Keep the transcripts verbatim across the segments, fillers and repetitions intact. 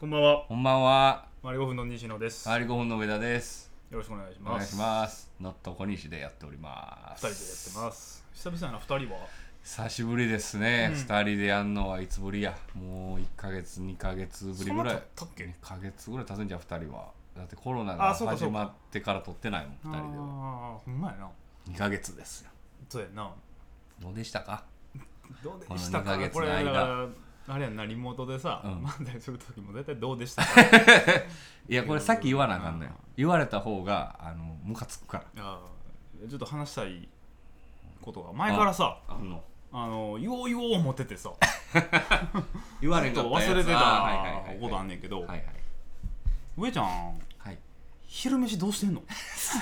こんばんは。 こんばんは。 マリごふんの西野です。 マリごふんの上田です。 よろしくお願いします。 お願いします。ノット小西でやっております。 二人でやってます。久々やな、二人は。 久しぶりですね。 うん、 二人でやんのはいつぶりや。もういっかげつ、にかげつぶりぐらい。 そんな経ったっけ？ にかげつぐらい経つんじゃん、二人は。だってコロナが始まってから撮ってないもん、二人では。 ああ、ほんまやな。 にかげつですよ。 そうやな。 どうでしたか？ どうでしたか？ このにかげつこれの間。 だからあれやんな、リモートでさ、 うん、 漫才するときも絶対どうでしたか？ いや、これさっき言わなあかんのよ。言われた方があのムカつくから。 あちょっと話したいことが前からさ、 あのあの言おう言おう思っててさ言われんかったやつ忘れてたことあんねねんけど、 はいはい、 上ちゃん、 はい、 昼飯どうしてんの？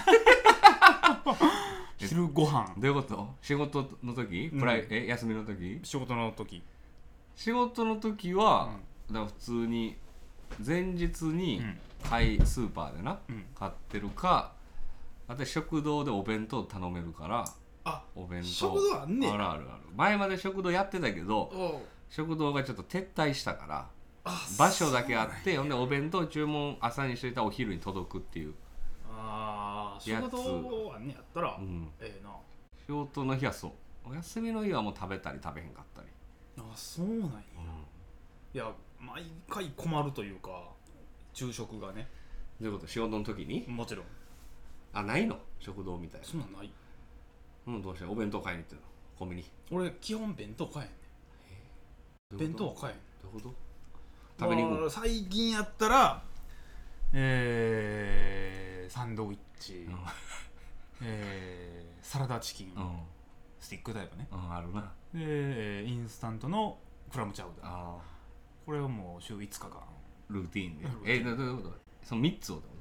昼ご飯どういうこと？仕事の時、プライ、うん、え休みの時？ 仕事の時仕事の時は、うん、だから普通に前日に買い、うん、スーパーでな、うん、買ってるか、私食堂でお弁当頼めるから、 あお弁当食堂あんねん。 あるあるある。前まで食堂やってたけど食堂がちょっと撤退したから場所だけあって、ほんでお弁当注文朝にしといたらお昼に届くっていうああ仕事はねやったら、うん、ええー、な仕事の日はそう、お休みの日はもう食べたり食べへんかったり。 あそうなんや、うん、いや毎回困るというか昼食がね。 どういうこと？仕事の時に？ もちろん。 あ、ないの？食堂みたいな。 そんなんない。 うん、どうしてお弁当買いに行ってるの？コンビニ。 俺基本弁当買えんねん。弁当は買えん。 どういうこと？食べに行くの？ 最近やったらえー、サンドイッチ、うん、えー、サラダチキン、うん、スティックタイプね、 うん、あるな。 でインスタントのクラムチャウダー。あこれをもう週いつかかんルーティーンで。えー、どういうこと？そのみっつをってこと？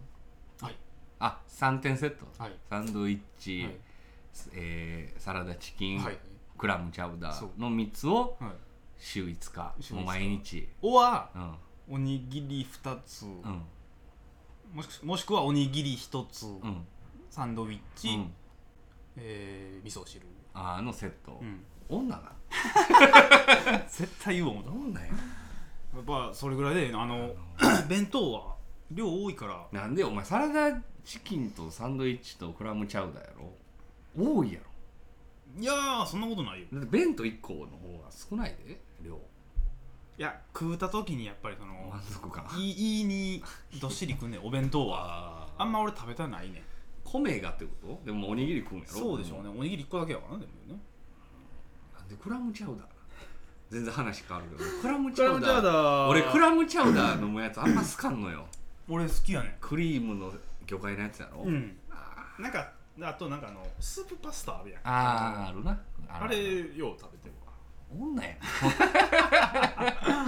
はい。 あ、さんてんセット、はい、サンドイッチ、はい、えー、サラダチキン、はい、クラムチャウダーのみっつを週いつか、もう毎日。 おは、うん、おにぎりふたつ、うん、もし、もしくはおにぎりひとつ、うん、サンドイッチ、うん、えー、味噌汁あのセット、うん、女が絶対言う思う。 女ややっぱそれぐらいで、あの弁当は量多いから。 なんでお前サラダチキンとサンドイッチとクラムチャウダーやろ？多いやろ？ いやーそんなことないよ。 だって弁当いっこの方が少ないで量。 いや食うた時にやっぱりその満足感いいにどっしりくんねんお弁当は。あんま俺食べたないねん。 米がってこと？でもおにぎり食うんやろ？ そうでしょうね。おにぎりいっこだけやからね。でもね。 なんでクラムチャウダー？全然話変わるけどクラムチャウダー俺クラムチャウダー飲むやつあんま好かんのよ。 俺好きやねん。 クリームの魚介のやつやろ？うん。 なんかあとなんかあのスープパスタあるやん。 あーあるな。 あれよう食べてるわ。 女やな。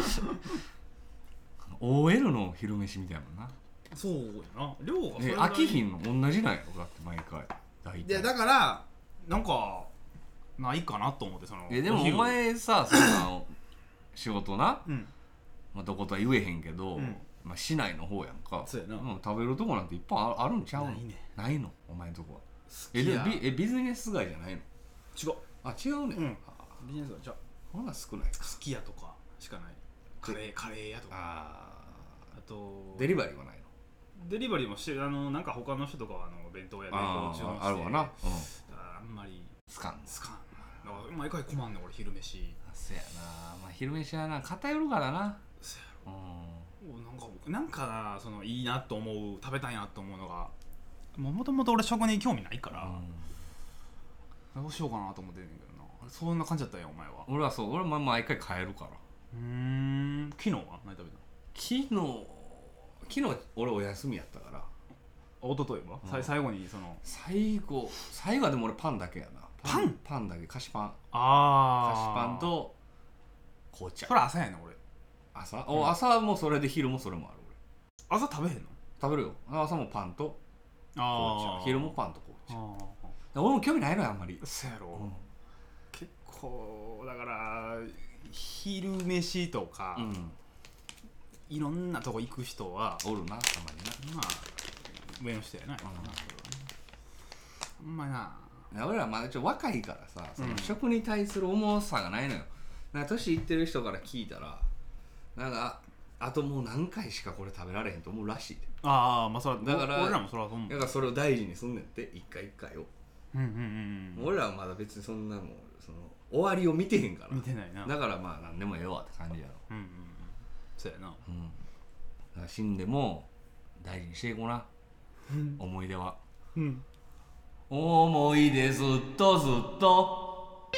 オーエル の昼飯みたいなもんな。 そうやな。量がそれ飽きひんの同じなんやろ？だって毎回大体。いやだからなんかないかなと思って。そのえでもお前さその仕事な、うんまあ、どことは言えへんけど、うんまあ、市内の方やんか。 そうやな、 うん、食べるとこなんていっぱいあるんちゃうの？ ないね。 ないのお前のとこは。えでビえビジネス街じゃないの？ 違う。 あ違うね、うん、 ビジネス街じゃほな少ないか。 すき家とかしかない。カレーカレー屋とか。ああとデリバリーはないの？ デリバリーもしてる。あのなんか他の人とかはあの弁当屋でこう注文してあるわな、うん、 あ, あんまりつかんつかん毎回困んねん俺昼飯。 せやな、まあ、昼飯はな偏るからな。 せやろ、うん、なんかなんかそのいいなと思う食べたいなと思うのがもともと俺食に興味ないから、うん、どうしようかなと思ってるんだけどな。そんな感じだったんやお前は。 俺はそう俺も毎回変えるから。 うーん昨日は何食べたの？ 昨日昨日俺お休みやったから。 おとといは、うん、最後にその最後最後はでも俺パンだけやな。 パンパンだけ菓子パン。 あ菓子パンと紅茶。 それ朝やな俺。 朝、うん、朝もそれで昼もそれもある俺。朝食べへんの？ 食べるよ。朝もパンと紅茶。昼もパンと紅茶。俺も興味ないのよあんまり。 そうやろ、うん、結構だから昼飯とか、うん、いろんなとこ行く人はおるなたまにな。 まあ上の人やな、うん、あんまりな。 俺らまだちょっと若いからさ、その食に対する重さがないのよ。なんか年いってる人から聞いたらなんかあともう何回しかこれ食べられへんと思うらしいで。 ああまあそれだから俺らもそれはそう思う。 だからそれを大事にすんねんって一回一回を、 うんうんうんうん、 俺らはまだ別にそんなもうその終わりを見てへんから見てないな。 だからまあ何でもええわって感じやろ。 うんうんうんそうやな。 うん、だから死んでも大事にしていこうな、うん、思い出は、うん、思い出ずっとずっと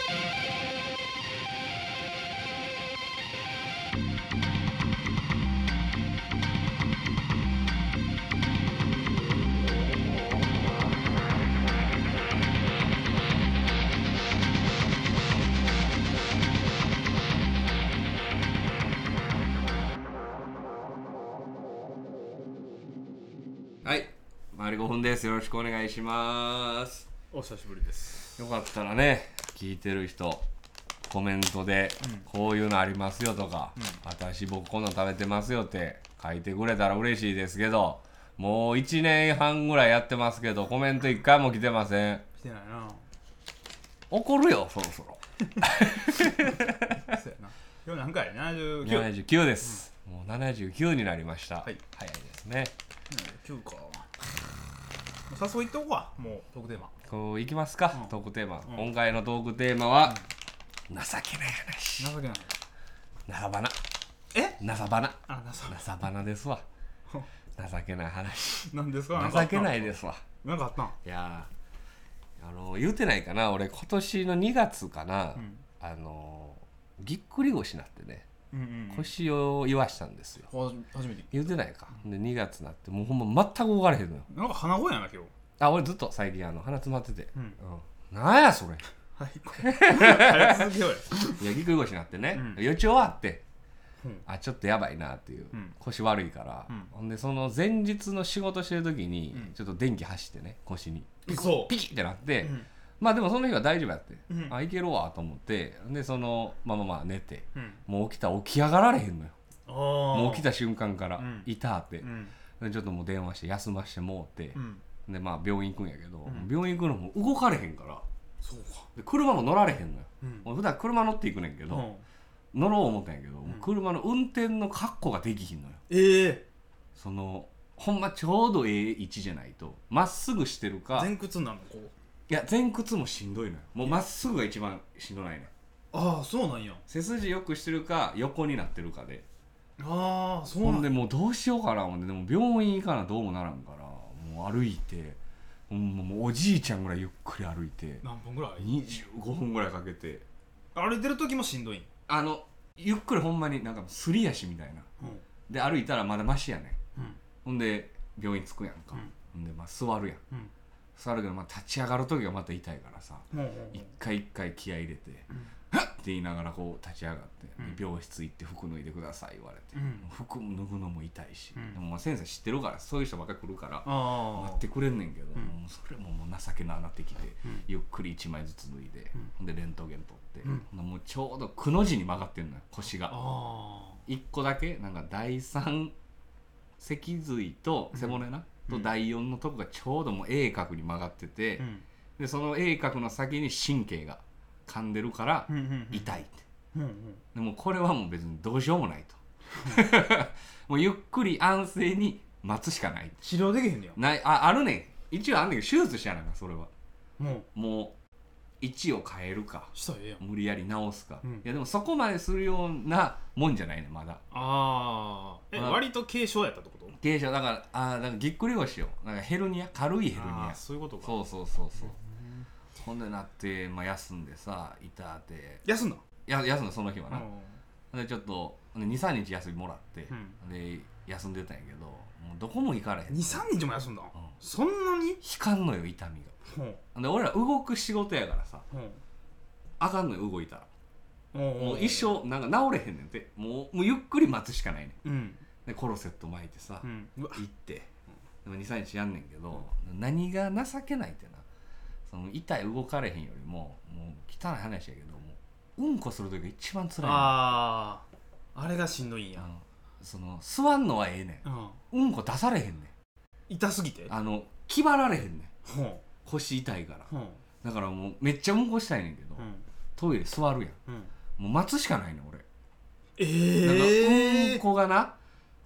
はい、周りごふんです。よろしくお願いします。 お久しぶりです。 よかったらね、聞いてる人コメントで、うん、こういうのありますよとか、うん、私僕こんなの食べてますよって書いてくれたら嬉しいですけど、もういちねんはんぐらいやってますけどコメントいっかいも来てません。 来てないな。 怒るよそろそろ。 そうやな。今日何回？ななじゅうきゅう。 ななじゅうきゅうです、うん、もうななじゅうきゅうになりました、はい、早いですね。 ななじゅうきゅうか。誘いっておこうわ。もうトークテーマこういきますか、うん、トークテーマ、うん、今回のトークテーマは、うん、情けない話。 情けない。 なさばな。 え？ なさばな。 あ、なさなさばなですわ。情けない話。 なんですか？ 情けないですわ。 なんかあったん？ いやあの言うてないかな。俺今年のにがつかな、うん、あのぎっくり腰になってね、うんうんうん、腰を言わしたんですよ。 初めて言うてないか。でにがつになってもうほんま全く動かれへんのよ。 なんか鼻声やな今日。 あ、俺ずっと最近あの鼻詰まってて、うんうん、なんやそれ。 はい、早続けようや。 いやぎっくり腰になってね、うん、予兆はあって、うん、あちょっとやばいなっていう、うん、腰悪いから、うん、ほんでその前日の仕事してる時に、うん、ちょっと電気走ってね腰にピキピキってなって、うん、まあでもその日は大丈夫やって、うん、あいけるわと思ってでそのまあまあまあ寝て、うん、もう起きたら起き上がられへんのよ。もう起きた瞬間から、うん、いたって、うん、でちょっともう電話して休ましてもうて、うんでまあ病院行くんやけど、うん、病院行くのも動かれへんから。 そうか。 で車も乗られへんのよ、うん、普段車乗っていくねんけど、うん、乗ろう思ったんやけど、うん、車の運転の格好ができひんのよ。 ええー、 そのほんまちょうどええ位置じゃないとまっすぐしてるか前屈なのこう。 いや前屈もしんどいのよ。もうまっすぐが一番しんどないね。 ああそうなんや。 背筋よくしてるか横になってるかで。 ああそうなんや。 ほんでもうどうしようかな思ってでも病院行かなどうもならんからもう歩いてもうおじいちゃんぐらいゆっくり歩いて何分ぐらい ? にじゅうごふんぐらいかけて歩いてる時もしんどいん。 あのゆっくりほんまになんかすり足みたいな、うん、で歩いたらまだマシやね、うん、ほんで病院着くやんか、うん、ほんでまあ座るやん、うん、座るけどまあ立ち上がる時がまた痛いからさ、うん、一回一回気合い入れて、うんはっって言いながらこう立ち上がって、うん、病室行って服脱いでください言われて、うん、服脱ぐのも痛いし、うん、でもまあ先生知ってるからそういう人ばっかり来るから待ってくれんねんけど、うん、もうそれももう情けななってきて、うん、ゆっくりいちまいずつ脱いで、うん、でレントゲン取って、うん、もうちょうどくの字に曲がってんのよ腰が。いっこだけなんかだいさん脊髄と背骨な、うん、とだいよんのとこがちょうどもう鋭角に曲がってて、うん、でその鋭角の先に神経が噛んでるから痛いって、うんうんうん、でもこれはもう別にどうしようもないともうゆっくり安静に待つしかない。 治療できへんねや。 ない あ, あるねん一応あんねんけど手術しやないかそれはもうもう位置を変えるかしたらええやん無理やり直すか、うん、いやでもそこまでするようなもんじゃないねまだ。 あえ、まあ、割と軽症やったってこと？ 軽症だからあなんかぎっくり腰よなんかヘルニア軽いヘルニア。 そういうことか。 そうそうそうそう、うん、ほんでなって、まあ、休んでさいたって休んだや休んだその日はな、うん、でちょっとにさんにち休みもらって、うん、で休んでたんやけどもうどこも行かれへん。 にさんにちも休んだ、うん、そんなに引かんのよ痛みが。で俺ら動く仕事やからさ、うん、あかんのよ動いたらもう一生なんか治れへんねんてもう、もうゆっくり待つしかないねん、うん、でコロセット巻いてさ、うん、行ってでもにさんにちやんねんけど、うん、何が情けないってなその痛い動かれへんよりももう汚い話やけどもううんこする時が一番辛いの。 ああれがしんどいんや、うん、 その座んのはええねん、うん、うんこ出されへんねん痛すぎてあの気張られへんねん、うん腰痛いから、うん、だからもうめっちゃうんこしたいねんけど、うん、トイレ座るやん、うん、もう待つしかないねん俺。 えー、 なんかうんこがな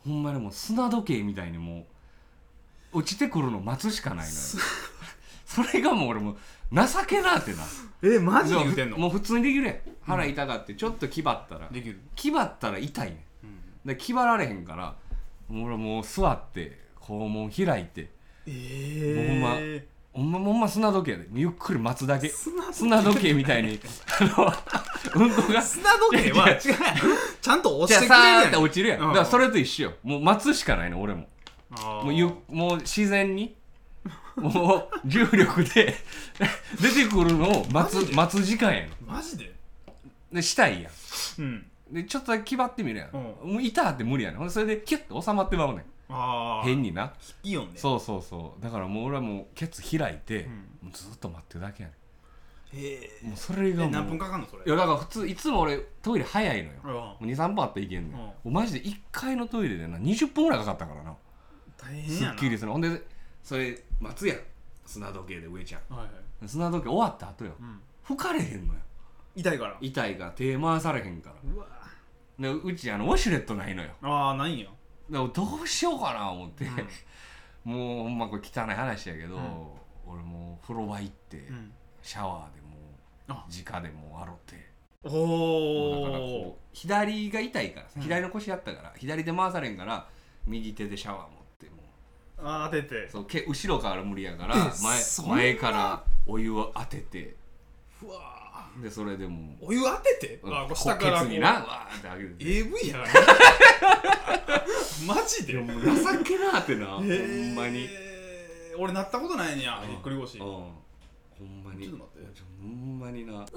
ほんまにもう砂時計みたいにもう落ちてくるの待つしかないのよそれがもう俺も情けなってな。 えマジで言うてんの？ もう普通にできるやん。腹痛がってちょっと気張ったらできる。 気張ったら痛いねん、うん、で気張られへんから俺もう座って肛門開いて、 えー、 もうほんまほんまほんま砂時計でゆっくり待つだけ。砂時計みたいにあの運動が砂時計は違うちゃんと押してくれるやん。 さーって落ちるやん、うん、だからそれと一緒よ。もう待つしかないの俺も。もうゆもう自然にもう重力で出てくるのを待つ待つ時間やん。 マジででしたいやん、 うん、 でちょっとだけ気張ってみるやん、 うん、 もう痛って無理やねん。それでキュッと収まってまうねん。 あ変にな。 いいよね。 そうそうそう。だからもう俺はもうケツ開いて、うん、もうずっと待ってるだけやねん。 へえ。 もうそれがもう何分かかんのそれ？ いやだから普通いつも俺トイレ早いのよ、うん、もう にさんぷんあったらいけんねん、うん、もうマジでいっかいのトイレでなにじゅっぷんぐらいかかったからな。 大変やな。 すっきりする。ほんでそれ待つやん砂時計で上ちゃん、はいはい、砂時計終わった後よ、うん、吹かれへんのよ。 痛いから。 痛いから手回されへんから。 うわでうちあのウォシュレットないのよ。 ああないんや。 でもどうしようかな思って、うん、もうほんまこれ汚い話やけど、うん、俺もう風呂場行って、うん、シャワーでもう直でもう洗って、おだからこう左が痛いからさ、うん、左の腰やったから左で回されんから右手でシャワー持ってもうあ当ててそうけ後ろから無理やから前, 前からお湯を当ててふわでそれでもお湯当てて、 うん、あ下からこうになわーってあげるエーブイ やからマジでもう情けなってなほんまに俺なったことないんやぎっくり腰。 ほんまにちょっと待ってほんまにな。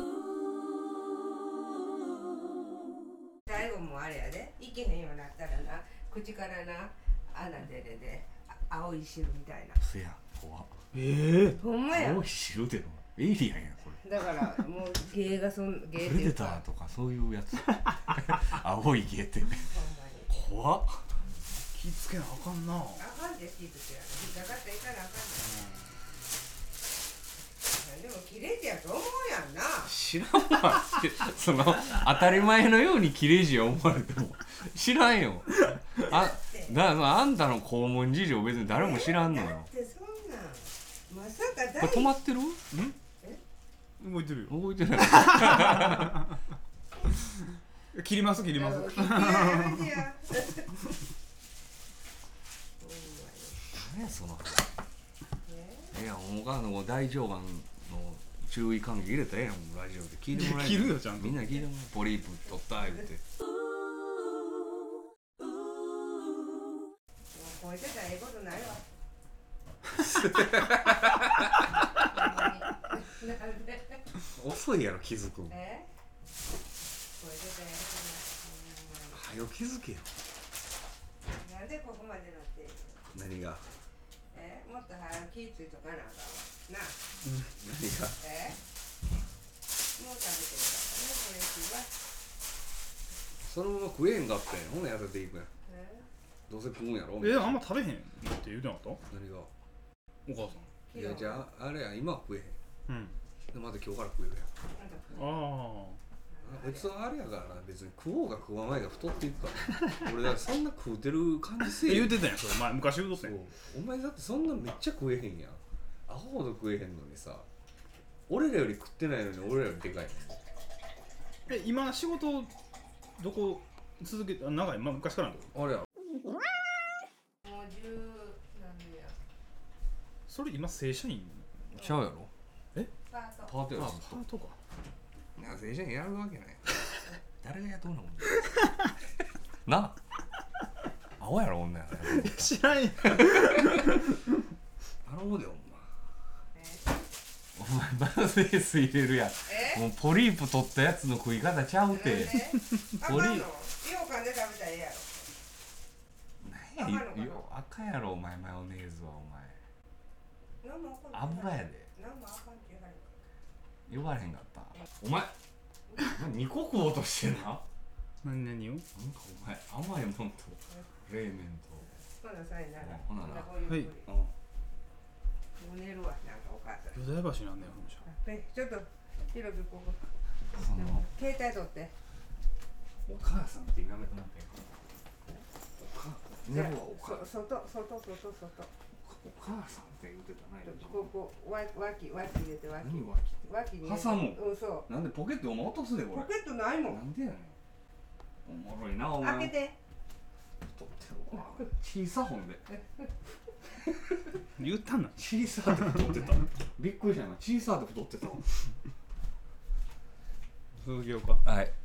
最後もあれやでいけへんようになったらな口からな穴出れで青い汁みたいな。 せや怖っ。 ええー、ほんまや。 青い汁でのエイリアンやんこれ。 だからもう芸がそん芸プレデターとかそういうやつ青い芸って怖っ。 気ぃつけなあかんな。あかんで気ぃつけやな。引っかかったらいかなあかんね、うん、でも切れ字やと思うやんな。 知らんわその当たり前のように切れ字や思われても知らんよ。あだからあんたの肛門事情別に誰も知らんのよ。だってそんなんまさかこれ止まってる？ん？ 動いてるよ。 動いてない切ります切ります。 何やそのいやおかんの大腸がんの注意喚起入れたらええやんラジオで聞いてもらえる。 切るよちゃんと。 みんな聞いてもらえる。ポリープ取った言うてこうしてたらええことないわ遅いやろ気づくん。 えこうしてたらええことない。はよ気づけよ。 なんでここまでなって何がえもっと早く気ついとかなあかんわなあ、 うん、何がえもう食べてるからねこれしはそのまま食えへんかったんやほな痩せていくやん。どうせ食うんやろ。 えあんま食べへんって言うてなかった？何がお母さん。 いやじゃああれや今は食えへん、うん、でまた今日から食えるやん。 ああこいつはあれやからな別に食おうが食わないが太っていくから俺だからそんな食うてる感じせえ言うてたやんそれ前昔言うとったやん。 お前だってそんなめっちゃ食えへんやん。アホほど食えへんのにさ俺らより食ってないのに俺らよりでかいの。 え今仕事どこ続けて長い、まあ、昔からなんだけどあれやもう十何年や。 それ今正社員ちゃうやろ。 えパートパートやろ。 あパートか。 いや正社員やるわけない誰が雇うのなあアホやろ女やろ知らんや頼むでお前お前バースエース入れるやん。もうポリープ取ったやつの食い方ちゃうて。 ポリープようかんで食べたらええやろ。 なんやよ赤やろお前マヨネーズはお前油やで。 何もあかんって言われんか言われへんかった。お前にこ食おうとしてんな。 何何を？ なんかお前甘いもんと冷麺と。 ほなさいなら。 ほなな。 はい。もう寝るわなんかお母さん。 淀屋橋なんだよほんじゃ。 ちょっとひろきここ。携帯取って。 お母さんってやめてもらって。お母ネブはお母さん外外外外お母さんって言ってたなここわ脇脇入れて脇何脇に挟むうんそうなんでポケットお前落とすでこれポケットないもんなんでやねんおもろいなお前開けて太ってるわ小さほんで言ったんだ小さって太ってたびっくりしたな小さって太ってた続けようかはいど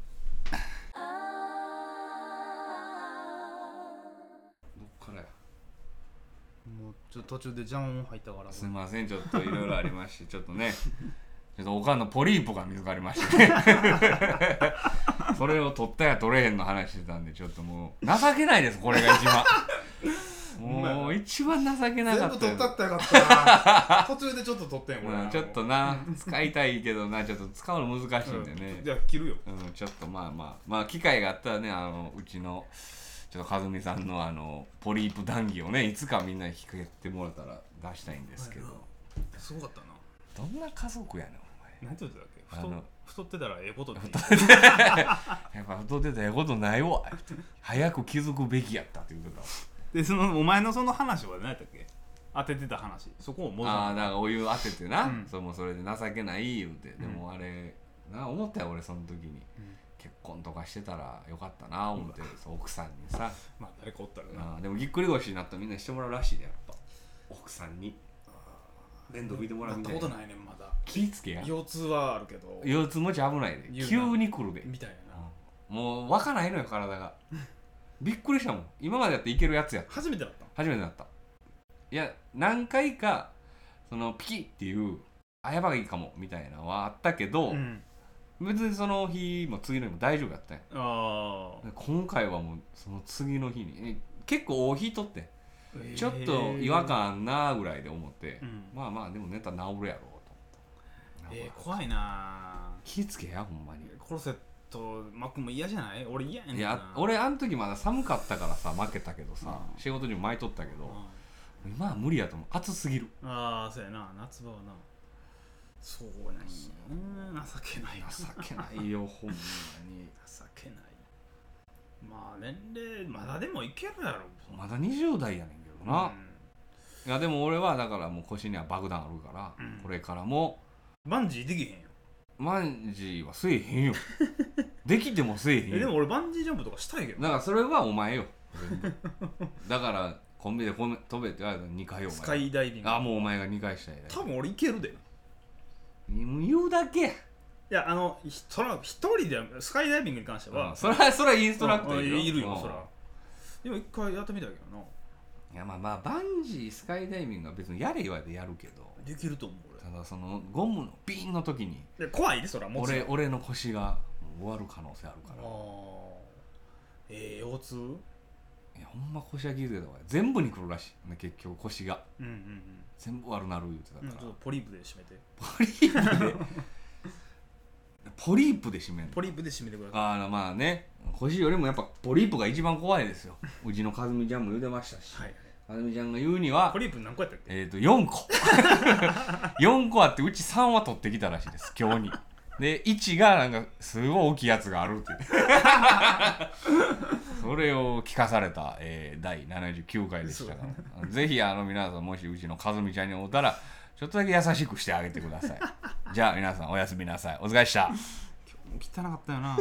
っからやもうちょっと途中でジャン入ったからすみませんちょっといろいろありましてちょっとねちょっとおかんのポリープが見つかりましてねそれを取ったや取れへんの話してたんでちょっともう情けないですこれが一番もう一番情けなかった全部取ったってよかったな途中でちょっと取ってんこれ、 うん、ちょっとな使いたいけどなちょっと使うの難しいんでね、 うん、じゃあ切るよ、 うん、ちょっとまあまあまあ機会があったらねあのうちのちょっと和美さんのあのポリープ談義をねいつかみんなに聞けてもらったら出したいんですけど、 すごかったなどんな家族やねんお前何て言ってたっけあの太ってたらええことってやっぱ太ってたらええことないわ早く気づくべきやったって言うてたわでそのお前のその話は何やったっけ当ててた話そこを戻ああだからお湯当ててな、 うん、 それもそれで情けない言うて、でもあれな思ったよ俺その時に、うん、結婚とかしてたらよかったな思って、うん、そう奥さんにさまあ誰かおったらなあでもぎっくり腰になったらみんなしてもらうらしいでやっぱ奥さんに面倒見てもらうみたいな。 なったことないねんまだ気ぃつけや腰痛はあるけど腰痛もち危ないで急に来るでみたいな、 うん、もう湧かないのよ体がびっくりしたもん今までやっていけるやつやった初めてだった初めてだったいや何回かそのピキッっていうあやばいかもみたいなのはあったけど、うん、別にその日も次の日も大丈夫やったんやあ今回はもうその次の日に結構大日とって、えー、ちょっと違和感あんなぐらいで思って、うん、まあまあでも寝たら治るやろうと思った。 えー、怖いな気ぃつけやほんまにコルセット巻くも嫌じゃない？俺嫌やねんな。 いや俺あの時まだ寒かったからさ負けたけどさ、うん、仕事にも巻いとったけど、うん、今は無理やと思う暑すぎる。 ああそうやな夏場はなそうなんや情けない情けないよほんまに情けないまあ年齢まだでもいけるやろまだにじゅう代やねんけどな、うん、いやでも俺はだからもう腰には爆弾あるから、うん、これからもバンジーできへんよバンジーはせえへんよできてもせえへんよでも俺バンジージャンプとかしたいけどだからそれはお前よだからコンビで飛べって言われたらにかいお前スカイダイビングあもうお前がにかいしたい多分俺いけるで言うだけいやあのそら一人でスカイダイビングに関しては、 うん、それはそれはインストラクターいるよそらでも一回やってみたいけどないやまあまあバンジースカイダイビングは別にやれ言われてやるけどできると思う俺ただそのゴムのビーンの時に怖いでそらもちろん俺俺の腰が終わる可能性あるからあえー、腰痛いやほんま腰は気づいた方がいい全部に来るらしい、ね、結局腰が、うんうんうん、全部悪なる言うてたから、うん、 ちょっとポリープで締めてポリープでポリープで締めるポリープで締めてくださいああまあね腰よりもやっぱポリープが一番怖いですようちのかずみちゃんも言うてましたし、はい、かずみちゃんが言うにはポリープ何個やったっけえっ、ー、とよんこよんこあってうちさんは取ってきたらしいです今日にでいちがなんかすごい大きいやつがあるってそれを聞かされた、えー、だいななじゅうきゅうかいでしたからぜひあの皆さんもしうちのかずみちゃんに会うたらちょっとだけ優しくしてあげてくださいじゃあ皆さんおやすみなさいお疲れでした今日も汚かったよな